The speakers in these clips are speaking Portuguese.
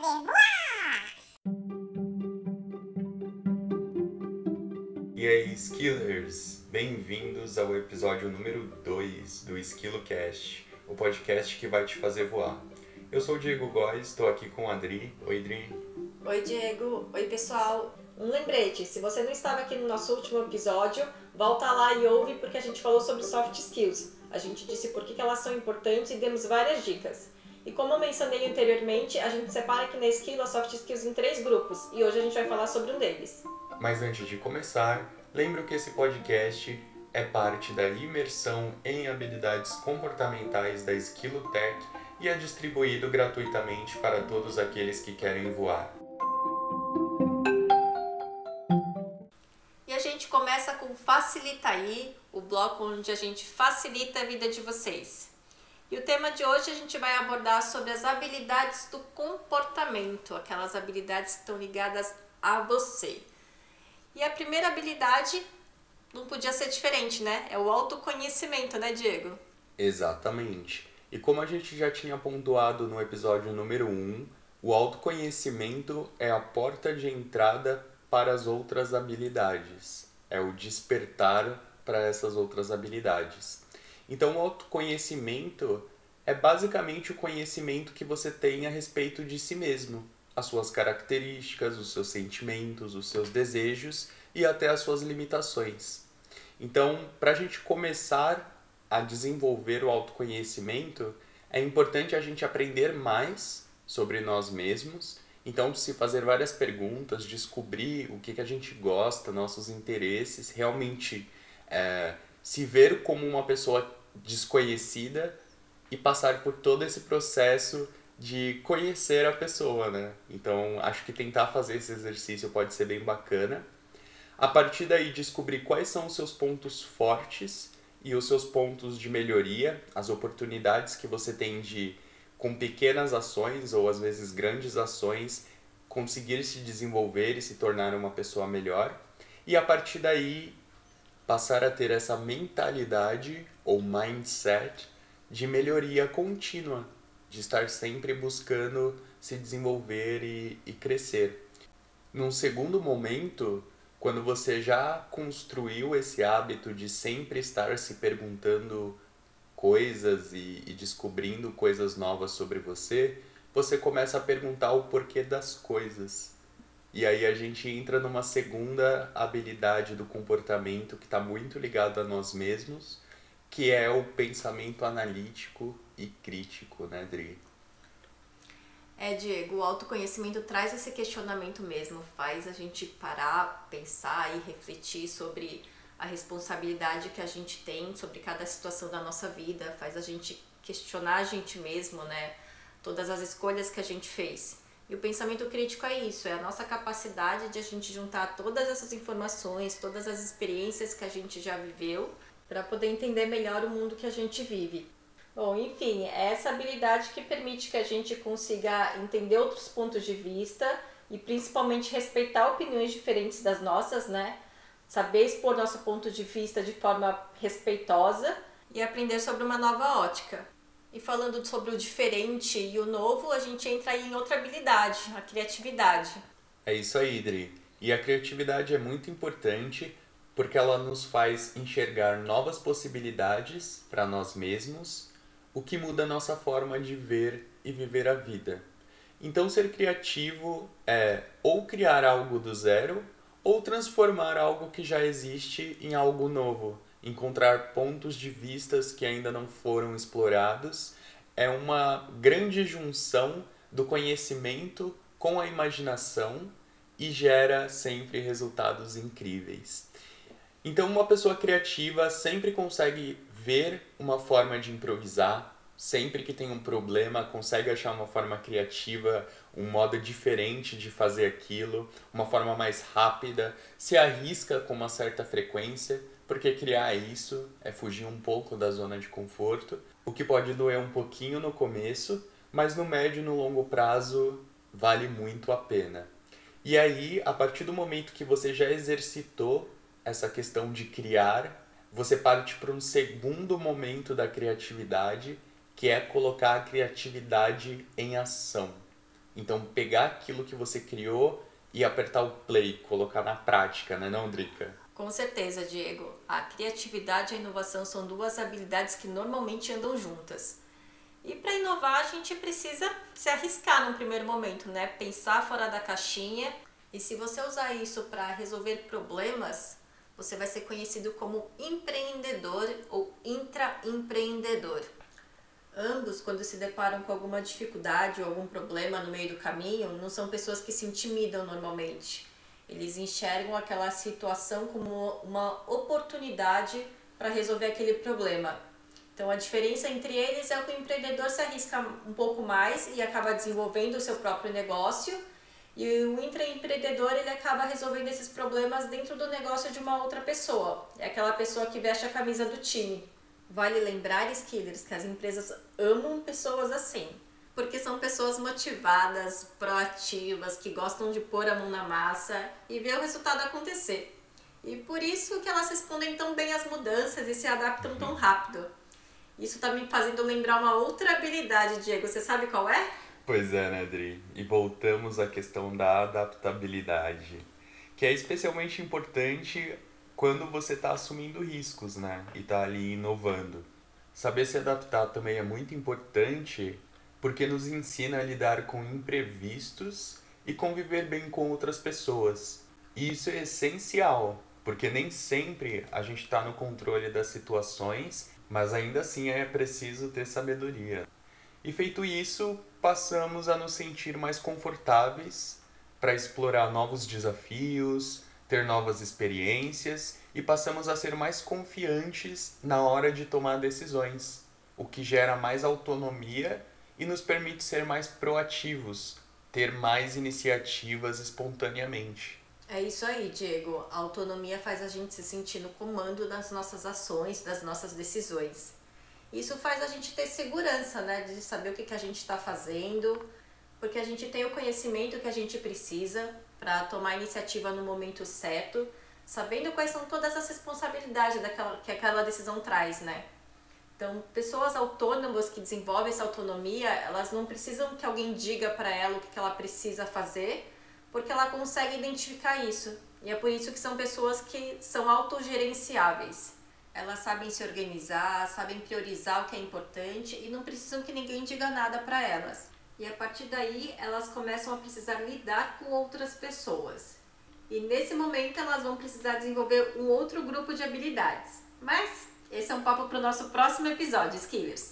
poder voar! E aí, Skillers! Bem-vindos ao episódio número 2 do SkiloCast, o podcast que vai te fazer voar. Eu sou o Diego Góes, estou aqui com a Adri. Oi, Adri. Oi, Diego. Oi, pessoal. Um lembrete, se você não estava aqui no nosso último episódio, volta lá e ouve porque a gente falou sobre soft skills. A gente disse por que elas são importantes e demos várias dicas. E como eu mencionei anteriormente, a gente separa aqui na Skilo as soft skills em 3 grupos e hoje a gente vai falar sobre um deles. Mas antes de começar, lembro que esse podcast é parte da imersão em habilidades comportamentais da SkiloTech e é distribuído gratuitamente para todos aqueles que querem voar. E a gente começa com Facilita Aí, o bloco onde a gente facilita a vida de vocês. E o tema de hoje a gente vai abordar sobre as habilidades do comportamento, aquelas habilidades que estão ligadas a você. E a primeira habilidade não podia ser diferente, né? É o autoconhecimento, né, Diego? Exatamente. E como a gente já tinha pontuado no episódio número 1, o autoconhecimento é a porta de entrada para as outras habilidades. É o despertar para essas outras habilidades. Então, o autoconhecimento é basicamente o conhecimento que você tem a respeito de si mesmo, as suas características, os seus sentimentos, os seus desejos e até as suas limitações. Então, para a gente começar a desenvolver o autoconhecimento, é importante a gente aprender mais sobre nós mesmos. Então, se fazer várias perguntas, descobrir o que a gente gosta, nossos interesses, realmente se ver como uma pessoa desconhecida e passar por todo esse processo de conhecer a pessoa, né? Então, acho que tentar fazer esse exercício pode ser bem bacana. A partir daí, descobrir quais são os seus pontos fortes e os seus pontos de melhoria, as oportunidades que você tem de, com pequenas ações ou às vezes grandes ações, conseguir se desenvolver e se tornar uma pessoa melhor. E a partir daí, passar a ter essa mentalidade ou mindset de melhoria contínua, de estar sempre buscando se desenvolver e crescer. Num segundo momento, quando você já construiu esse hábito de sempre estar se perguntando coisas e descobrindo coisas novas sobre você, você começa a perguntar o porquê das coisas. E aí a gente entra numa segunda habilidade do comportamento que está muito ligada a nós mesmos, que é o pensamento analítico e crítico, né, Dri? Diego, o autoconhecimento traz esse questionamento mesmo, faz a gente parar, pensar e refletir sobre a responsabilidade que a gente tem sobre cada situação da nossa vida, faz a gente questionar a gente mesmo, né? Todas as escolhas que a gente fez. E o pensamento crítico é isso, é a nossa capacidade de a gente juntar todas essas informações, todas as experiências que a gente já viveu, para poder entender melhor o mundo que a gente vive. Bom, enfim, é essa habilidade que permite que a gente consiga entender outros pontos de vista e principalmente respeitar opiniões diferentes das nossas, né? Saber expor nosso ponto de vista de forma respeitosa e aprender sobre uma nova ótica. E falando sobre o diferente e o novo, a gente entra aí em outra habilidade, a criatividade. É isso aí, Dri. E a criatividade é muito importante porque ela nos faz enxergar novas possibilidades para nós mesmos, o que muda a nossa forma de ver e viver a vida. Então, ser criativo é ou criar algo do zero ou transformar algo que já existe em algo novo. Encontrar pontos de vistas que ainda não foram explorados é uma grande junção do conhecimento com a imaginação e gera sempre resultados incríveis. Então, uma pessoa criativa sempre consegue ver uma forma de improvisar, sempre que tem um problema, consegue achar uma forma criativa, um modo diferente de fazer aquilo, uma forma mais rápida, se arrisca com uma certa frequência, porque criar isso é fugir um pouco da zona de conforto, o que pode doer um pouquinho no começo, mas no médio e no longo prazo vale muito a pena. E aí, a partir do momento que você já exercitou essa questão de criar, você parte para um segundo momento da criatividade, que é colocar a criatividade em ação. Então, pegar aquilo que você criou e apertar o play, colocar na prática, né, não, Drica? Com certeza, Diego. A criatividade e a inovação são duas habilidades que normalmente andam juntas. E para inovar, a gente precisa se arriscar num primeiro momento, né? Pensar fora da caixinha. E se você usar isso para resolver problemas, você vai ser conhecido como empreendedor ou intraempreendedor. Ambos, quando se deparam com alguma dificuldade ou algum problema no meio do caminho, não são pessoas que se intimidam normalmente. Eles enxergam aquela situação como uma oportunidade para resolver aquele problema. Então a diferença entre eles é que o empreendedor se arrisca um pouco mais e acaba desenvolvendo o seu próprio negócio, e o intraempreendedor ele acaba resolvendo esses problemas dentro do negócio de uma outra pessoa. É aquela pessoa que veste a camisa do time. Vale lembrar, Skillers, que as empresas amam pessoas assim, porque são pessoas motivadas, proativas, que gostam de pôr a mão na massa e ver o resultado acontecer. E por isso que elas respondem tão bem às mudanças e se adaptam tão rápido. Isso está me fazendo lembrar uma outra habilidade, Diego. Você sabe qual é? Pois é, né, Dri? E voltamos à questão da adaptabilidade, que é especialmente importante quando você está assumindo riscos, né? E está ali inovando. Saber se adaptar também é muito importante porque nos ensina a lidar com imprevistos e conviver bem com outras pessoas. E isso é essencial, porque nem sempre a gente está no controle das situações, mas ainda assim é preciso ter sabedoria. E feito isso, passamos a nos sentir mais confortáveis para explorar novos desafios, ter novas experiências e passamos a ser mais confiantes na hora de tomar decisões, o que gera mais autonomia e nos permite ser mais proativos, ter mais iniciativas espontaneamente. É isso aí, Diego. A autonomia faz a gente se sentir no comando das nossas ações, das nossas decisões. Isso faz a gente ter segurança, né, de saber o que a gente está fazendo, porque a gente tem o conhecimento que a gente precisa para tomar a iniciativa no momento certo, sabendo quais são todas as responsabilidades que aquela decisão traz, né? Então, pessoas autônomas que desenvolvem essa autonomia, elas não precisam que alguém diga para ela o que ela precisa fazer, porque ela consegue identificar isso. E é por isso que são pessoas que são autogerenciáveis. Elas sabem se organizar, sabem priorizar o que é importante e não precisam que ninguém diga nada para elas. E a partir daí, elas começam a precisar lidar com outras pessoas. E nesse momento, elas vão precisar desenvolver um outro grupo de habilidades. Mas esse é um papo para o nosso próximo episódio, Skillers.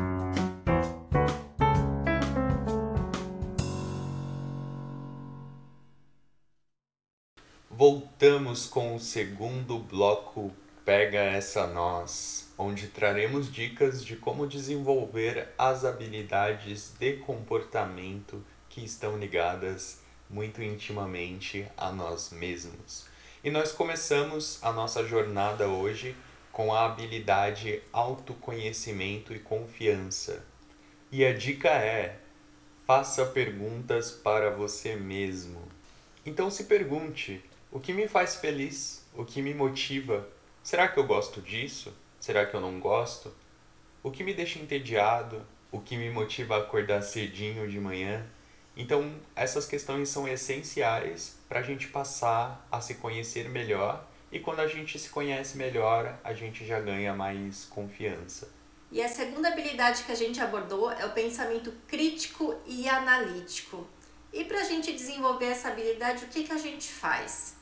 Voltamos com o segundo bloco Pega Essa Nós, onde traremos dicas de como desenvolver as habilidades de comportamento que estão ligadas muito intimamente a nós mesmos. E nós começamos a nossa jornada hoje com a habilidade autoconhecimento e confiança. E a dica é: faça perguntas para você mesmo. Então se pergunte: o que me faz feliz? O que me motiva? Será que eu gosto disso? Será que eu não gosto? O que me deixa entediado? O que me motiva a acordar cedinho de manhã? Então, essas questões são essenciais para a gente passar a se conhecer melhor, e quando a gente se conhece melhor, a gente já ganha mais confiança. E a segunda habilidade que a gente abordou é o pensamento crítico e analítico. E para a gente desenvolver essa habilidade, o que a gente faz?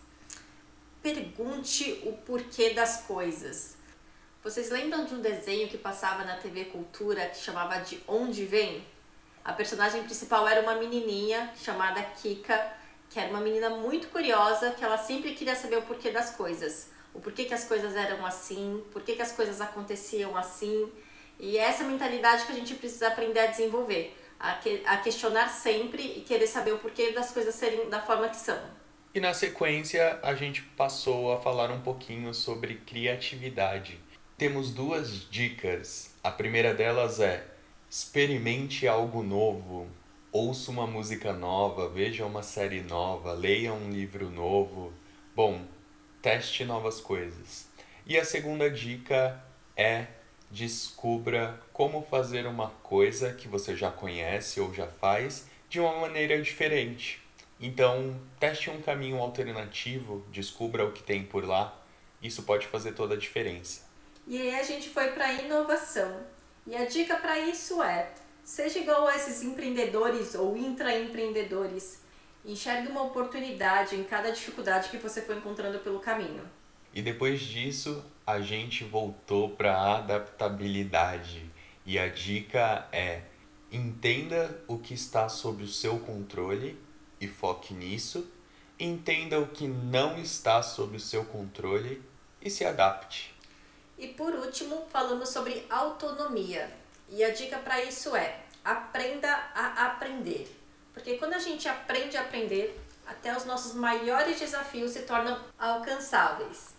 Pergunte o porquê das coisas. Vocês lembram de um desenho que passava na TV Cultura que chamava de Onde Vem? A personagem principal era uma menininha chamada Kika, que era uma menina muito curiosa, que ela sempre queria saber o porquê das coisas. O porquê que as coisas eram assim, porquê que as coisas aconteciam assim. E é essa mentalidade que a gente precisa aprender a desenvolver, a questionar sempre e querer saber o porquê das coisas serem da forma que são. E na sequência, a gente passou a falar um pouquinho sobre criatividade. Temos duas dicas. A primeira delas é: experimente algo novo, ouça uma música nova, veja uma série nova, leia um livro novo. Bom, teste novas coisas. E a segunda dica é: descubra como fazer uma coisa que você já conhece ou já faz de uma maneira diferente. Então, teste um caminho alternativo, descubra o que tem por lá. Isso pode fazer toda a diferença. E aí a gente foi para inovação. E a dica para isso é: seja igual a esses empreendedores ou intraempreendedores. Enxergue uma oportunidade em cada dificuldade que você for encontrando pelo caminho. E depois disso, a gente voltou para a adaptabilidade. E a dica é: entenda o que está sob o seu controle e foque nisso. Entenda o que não está sob o seu controle e se adapte. E por último, falamos sobre autonomia. E a dica para isso é: aprenda a aprender. Porque quando a gente aprende a aprender, até os nossos maiores desafios se tornam alcançáveis.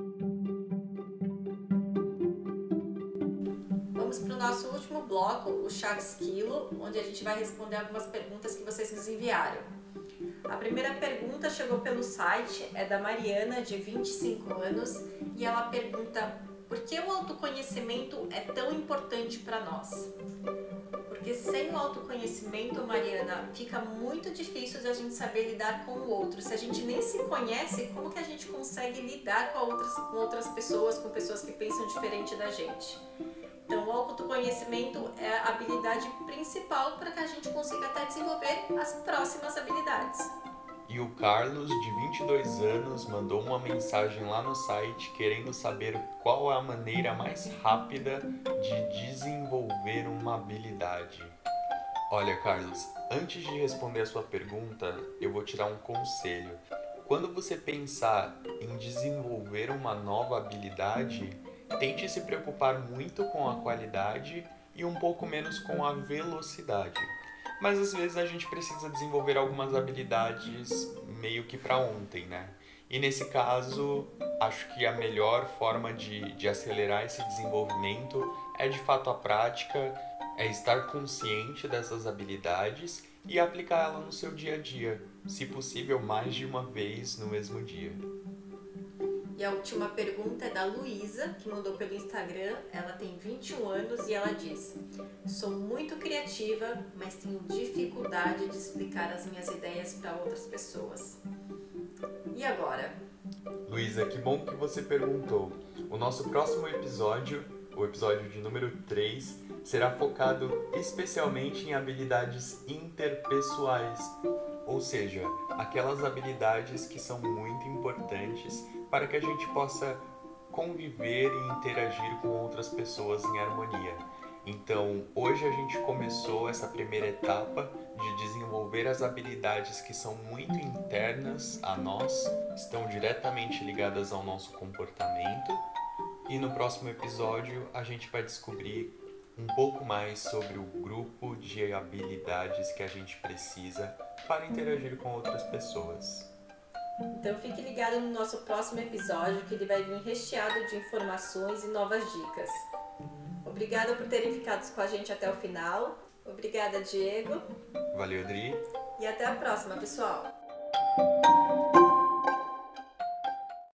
Vamos para o nosso último bloco, o Chá de Esquilo, onde a gente vai responder algumas perguntas que vocês nos enviaram. A primeira pergunta chegou pelo site, é da Mariana, de 25 anos, e ela pergunta: por que o autoconhecimento é tão importante para nós? Porque sem o autoconhecimento, Mariana, fica muito difícil de a gente saber lidar com o outro. Se a gente nem se conhece, como que a gente consegue lidar com outras pessoas, com pessoas que pensam diferente da gente? Então, o autoconhecimento é a habilidade principal para que a gente consiga até desenvolver as próximas habilidades. E o Carlos, de 22 anos, mandou uma mensagem lá no site querendo saber qual é a maneira mais rápida de desenvolver uma habilidade. Olha, Carlos, antes de responder a sua pergunta, eu vou te dar um conselho. Quando você pensar em desenvolver uma nova habilidade, tente se preocupar muito com a qualidade e um pouco menos com a velocidade. Mas às vezes a gente precisa desenvolver algumas habilidades meio que para ontem, né? E nesse caso, acho que a melhor forma de acelerar esse desenvolvimento é de fato a prática, é estar consciente dessas habilidades e aplicar ela no seu dia a dia, se possível mais de uma vez no mesmo dia. E a última pergunta é da Luísa, que mandou pelo Instagram. Ela tem 21 anos e ela diz: sou muito criativa, mas tenho dificuldade de explicar as minhas ideias para outras pessoas. E agora? Luísa, que bom que você perguntou. O nosso próximo episódio, o episódio de número 3, será focado especialmente em habilidades interpessoais, ou seja, aquelas habilidades que são muito importantes para que a gente possa conviver e interagir com outras pessoas em harmonia. Então, hoje a gente começou essa primeira etapa de desenvolver as habilidades que são muito internas a nós, estão diretamente ligadas ao nosso comportamento, e no próximo episódio a gente vai descobrir um pouco mais sobre o grupo de habilidades que a gente precisa para interagir com outras pessoas. Então fique ligado no nosso próximo episódio, que ele vai vir recheado de informações e novas dicas. Obrigada por terem ficado com a gente até o final. Obrigada, Diego. Valeu, Dri. E até a próxima, pessoal.